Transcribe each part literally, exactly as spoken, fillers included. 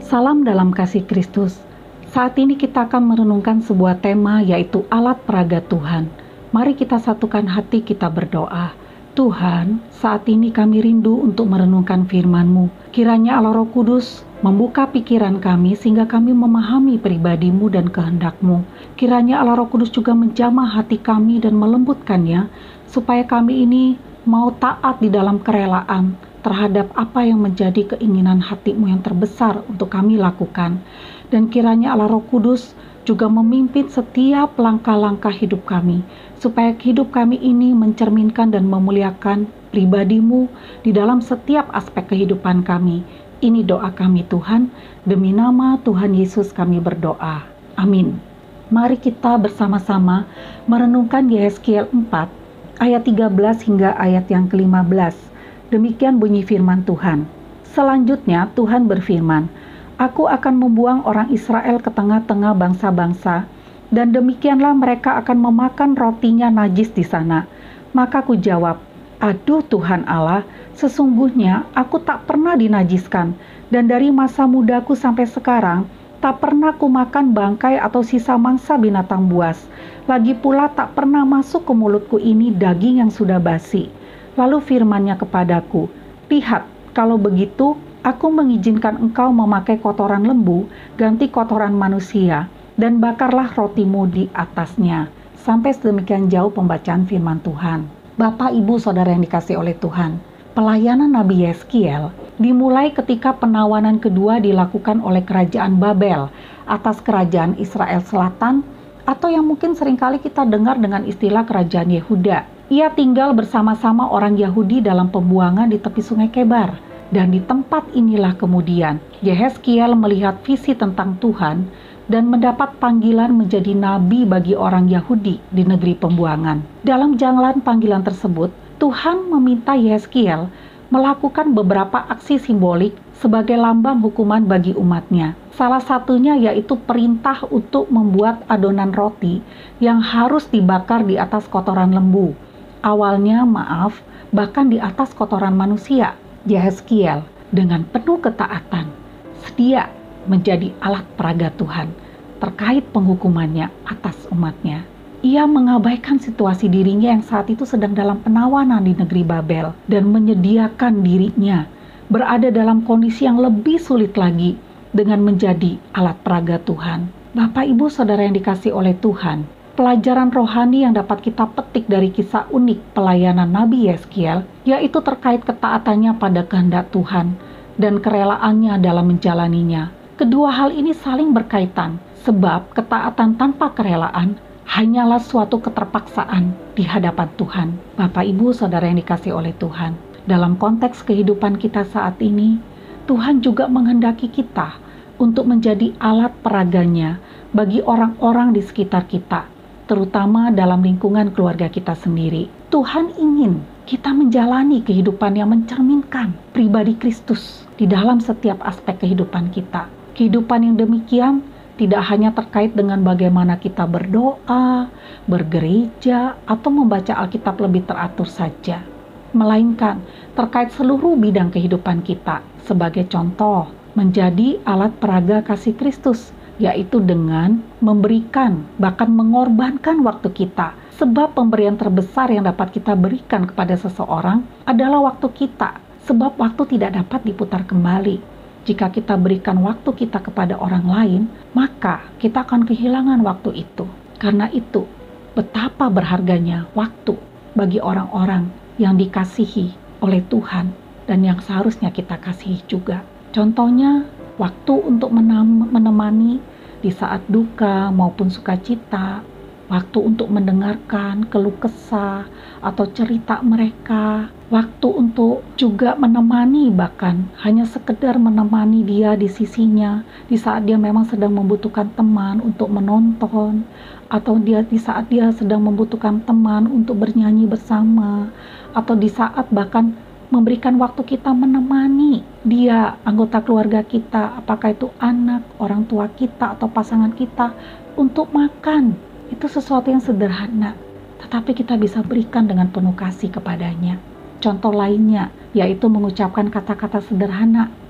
Salam dalam kasih Kristus. Saat ini kita akan merenungkan sebuah tema, yaitu alat peraga Tuhan. Mari kita satukan hati, kita berdoa. Tuhan, saat ini kami rindu untuk merenungkan firman-Mu. Kiranya Allah Roh Kudus membuka pikiran kami sehingga kami memahami pribadi-Mu dan kehendak-Mu. Kiranya Allah Roh Kudus juga menjamah hati kami dan melembutkannya, supaya kami ini mau taat di dalam kerelaan terhadap apa yang menjadi keinginan hati-Mu yang terbesar untuk kami lakukan. Dan kiranya Allah Roh Kudus juga memimpin setiap langkah-langkah hidup kami, supaya hidup kami ini mencerminkan dan memuliakan pribadi-Mu di dalam setiap aspek kehidupan kami. Ini doa kami Tuhan, demi nama Tuhan Yesus kami berdoa. Amin. Mari kita bersama-sama merenungkan Yehezkiel empat, ayat tiga belas hingga ayat yang kelima belas. Demikian bunyi firman Tuhan. Selanjutnya Tuhan berfirman, Aku akan membuang orang Israel ke tengah-tengah bangsa-bangsa, dan demikianlah mereka akan memakan rotinya najis di sana. Maka ku jawab, Aduh Tuhan Allah, sesungguhnya aku tak pernah dinajiskan, dan dari masa mudaku sampai sekarang, tak pernah ku makan bangkai atau sisa mangsa binatang buas. Lagi pula tak pernah masuk ke mulutku ini daging yang sudah basi. Lalu firman-Nya kepadaku, Lihat, kalau begitu, aku mengizinkan engkau memakai kotoran lembu, ganti kotoran manusia, dan bakarlah rotimu di atasnya. Sampai sedemikian jauh pembacaan firman Tuhan. Bapak, Ibu, Saudara yang dikasihi oleh Tuhan, pelayanan Nabi Yehezkiel dimulai ketika penawanan kedua dilakukan oleh kerajaan Babel atas kerajaan Israel Selatan, atau yang mungkin seringkali kita dengar dengan istilah kerajaan Yehuda. Ia tinggal bersama-sama orang Yahudi dalam pembuangan di tepi sungai Kebar. Dan di tempat inilah kemudian Yehezkiel melihat visi tentang Tuhan dan mendapat panggilan menjadi nabi bagi orang Yahudi di negeri pembuangan. Dalam jalan panggilan tersebut, Tuhan meminta Yehezkiel melakukan beberapa aksi simbolik sebagai lambang hukuman bagi umatnya. Salah satunya yaitu perintah untuk membuat adonan roti yang harus dibakar di atas kotoran lembu. Awalnya, maaf, bahkan di atas kotoran manusia. Yehezkiel dengan penuh ketaatan sedia menjadi alat peraga Tuhan terkait penghukumannya atas umatnya. Ia mengabaikan situasi dirinya yang saat itu sedang dalam penawanan di negeri Babel dan menyediakan dirinya berada dalam kondisi yang lebih sulit lagi dengan menjadi alat peraga Tuhan. Bapak, Ibu, Saudara yang dikasihi oleh Tuhan, pelajaran rohani yang dapat kita petik dari kisah unik pelayanan Nabi Yehezkiel, yaitu terkait ketaatannya pada kehendak Tuhan dan kerelaannya dalam menjalaninya. Kedua hal ini saling berkaitan, sebab ketaatan tanpa kerelaan hanyalah suatu keterpaksaan di hadapan Tuhan. Bapak, Ibu, Saudara yang dikasihi oleh Tuhan, dalam konteks kehidupan kita saat ini, Tuhan juga menghendaki kita untuk menjadi alat peraganya bagi orang-orang di sekitar kita, terutama dalam lingkungan keluarga kita sendiri. Tuhan ingin kita menjalani kehidupan yang mencerminkan pribadi Kristus di dalam setiap aspek kehidupan kita. Kehidupan yang demikian tidak hanya terkait dengan bagaimana kita berdoa, bergereja, atau membaca Alkitab lebih teratur saja, melainkan terkait seluruh bidang kehidupan kita. Sebagai contoh, menjadi alat peraga kasih Kristus, yaitu dengan memberikan, bahkan mengorbankan waktu kita. Sebab pemberian terbesar yang dapat kita berikan kepada seseorang adalah waktu kita. Sebab waktu tidak dapat diputar kembali. Jika kita berikan waktu kita kepada orang lain, maka kita akan kehilangan waktu itu. Karena itu, betapa berharganya waktu bagi orang-orang yang dikasihi oleh Tuhan dan yang seharusnya kita kasihi juga. Contohnya, waktu untuk menemani di saat duka maupun sukacita, waktu untuk mendengarkan keluh kesah atau cerita mereka, waktu untuk juga menemani, bahkan hanya sekedar menemani dia di sisinya di saat dia memang sedang membutuhkan teman untuk menonton, atau dia di saat dia sedang membutuhkan teman untuk bernyanyi bersama, atau di saat bahkan memberikan waktu kita menemani dia, anggota keluarga kita, apakah itu anak, orang tua kita, atau pasangan kita, untuk makan. Itu sesuatu yang sederhana, tetapi kita bisa berikan dengan penuh kasih kepadanya. Contoh lainnya, yaitu mengucapkan kata-kata sederhana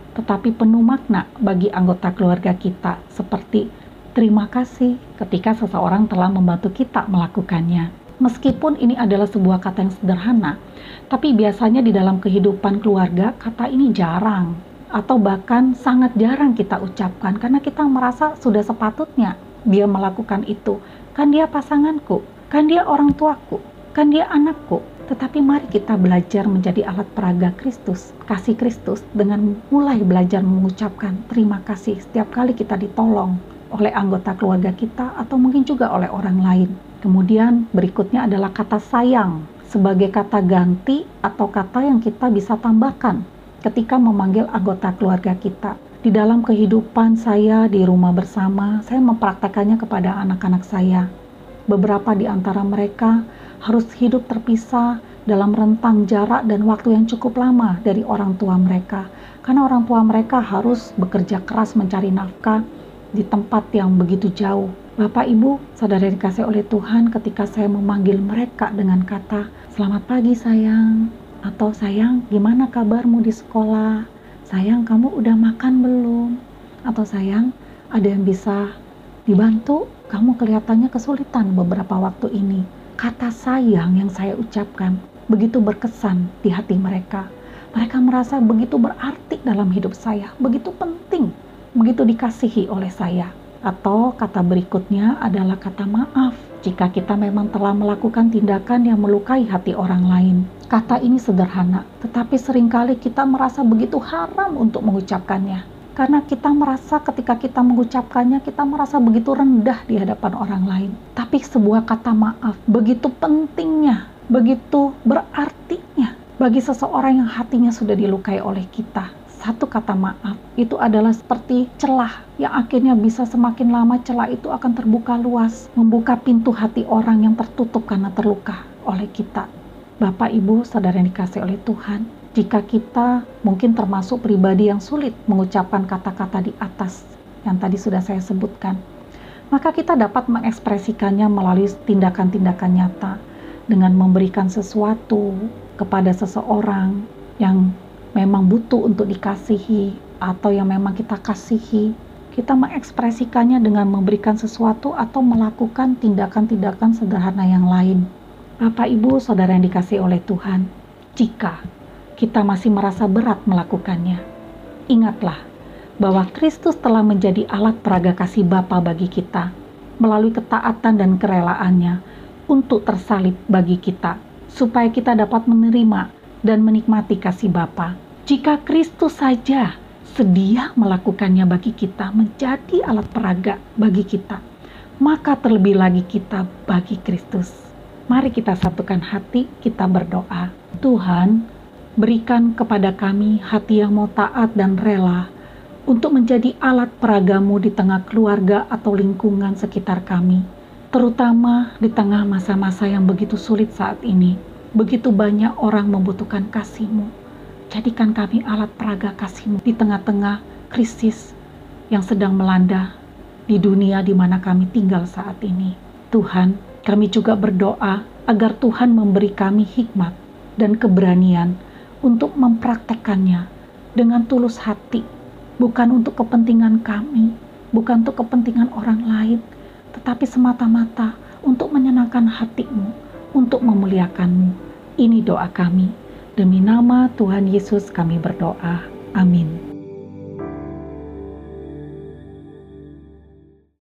tetapi penuh makna bagi anggota keluarga kita, seperti terima kasih ketika seseorang telah membantu kita melakukannya. Meskipun ini adalah sebuah kata yang sederhana, tapi biasanya di dalam kehidupan keluarga, kata ini jarang, atau bahkan sangat jarang kita ucapkan, karena kita merasa sudah sepatutnya dia melakukan itu. Kan dia pasanganku, kan dia orang tuaku, kan dia anakku. Tetapi mari kita belajar menjadi alat peraga Kristus, kasih Kristus, dengan mulai belajar mengucapkan terima kasih setiap kali kita ditolong oleh anggota keluarga kita atau mungkin juga oleh orang lain. Kemudian berikutnya adalah kata sayang sebagai kata ganti atau kata yang kita bisa tambahkan ketika memanggil anggota keluarga kita. Di dalam kehidupan saya di rumah bersama, saya mempraktekannya kepada anak-anak saya. Beberapa di antara mereka harus hidup terpisah dalam rentang jarak dan waktu yang cukup lama dari orang tua mereka. Karena orang tua mereka harus bekerja keras mencari nafkah di tempat yang begitu jauh. Bapak, Ibu, saudara yang dikasihi oleh Tuhan, ketika saya memanggil mereka dengan kata, "Selamat pagi sayang," atau "Sayang, gimana kabarmu di sekolah? Sayang, kamu udah makan belum?" Atau "Sayang, ada yang bisa dibantu? Kamu kelihatannya kesulitan beberapa waktu ini." Kata sayang yang saya ucapkan begitu berkesan di hati mereka. Mereka merasa begitu berarti dalam hidup saya, begitu penting, begitu dikasihi oleh saya. Atau kata berikutnya adalah kata maaf jika kita memang telah melakukan tindakan yang melukai hati orang lain. Kata ini sederhana, tetapi seringkali kita merasa begitu haram untuk mengucapkannya. Karena kita merasa ketika kita mengucapkannya, kita merasa begitu rendah di hadapan orang lain. Tapi sebuah kata maaf begitu pentingnya, begitu berartinya bagi seseorang yang hatinya sudah dilukai oleh kita. Satu kata maaf itu adalah seperti celah yang akhirnya bisa semakin lama celah itu akan terbuka luas, membuka pintu hati orang yang tertutup karena terluka oleh kita. Bapak, Ibu, saudara yang dikasihi oleh Tuhan, jika kita mungkin termasuk pribadi yang sulit mengucapkan kata-kata di atas yang tadi sudah saya sebutkan, maka kita dapat mengekspresikannya melalui tindakan-tindakan nyata dengan memberikan sesuatu kepada seseorang yang memang butuh untuk dikasihi atau yang memang kita kasihi. Kita mengekspresikannya dengan memberikan sesuatu atau melakukan tindakan-tindakan sederhana yang lain. Bapak, Ibu, saudara yang dikasihi oleh Tuhan, jika kita masih merasa berat melakukannya, ingatlah bahwa Kristus telah menjadi alat peraga kasih Bapa bagi kita melalui ketaatan dan kerelaannya untuk tersalib bagi kita, supaya kita dapat menerima dan menikmati kasih Bapa. Jika Kristus saja sedia melakukannya bagi kita, menjadi alat peraga bagi kita, maka terlebih lagi kita bagi Kristus. Mari kita satukan hati, kita berdoa. Tuhan, berikan kepada kami hati yang mau taat dan rela untuk menjadi alat peragamu di tengah keluarga atau lingkungan sekitar kami, terutama di tengah masa-masa yang begitu sulit saat ini. Begitu banyak orang membutuhkan kasih-Mu. Jadikan kami alat peraga kasih-Mu di tengah-tengah krisis yang sedang melanda di dunia di mana kami tinggal saat ini. Tuhan, kami juga berdoa agar Tuhan memberi kami hikmat dan keberanian untuk mempraktekkannya dengan tulus hati, bukan untuk kepentingan kami, bukan untuk kepentingan orang lain, tetapi semata-mata untuk menyenangkan hati-Mu, untuk memuliakan-Mu. Ini doa kami. Demi nama Tuhan Yesus kami berdoa. Amin.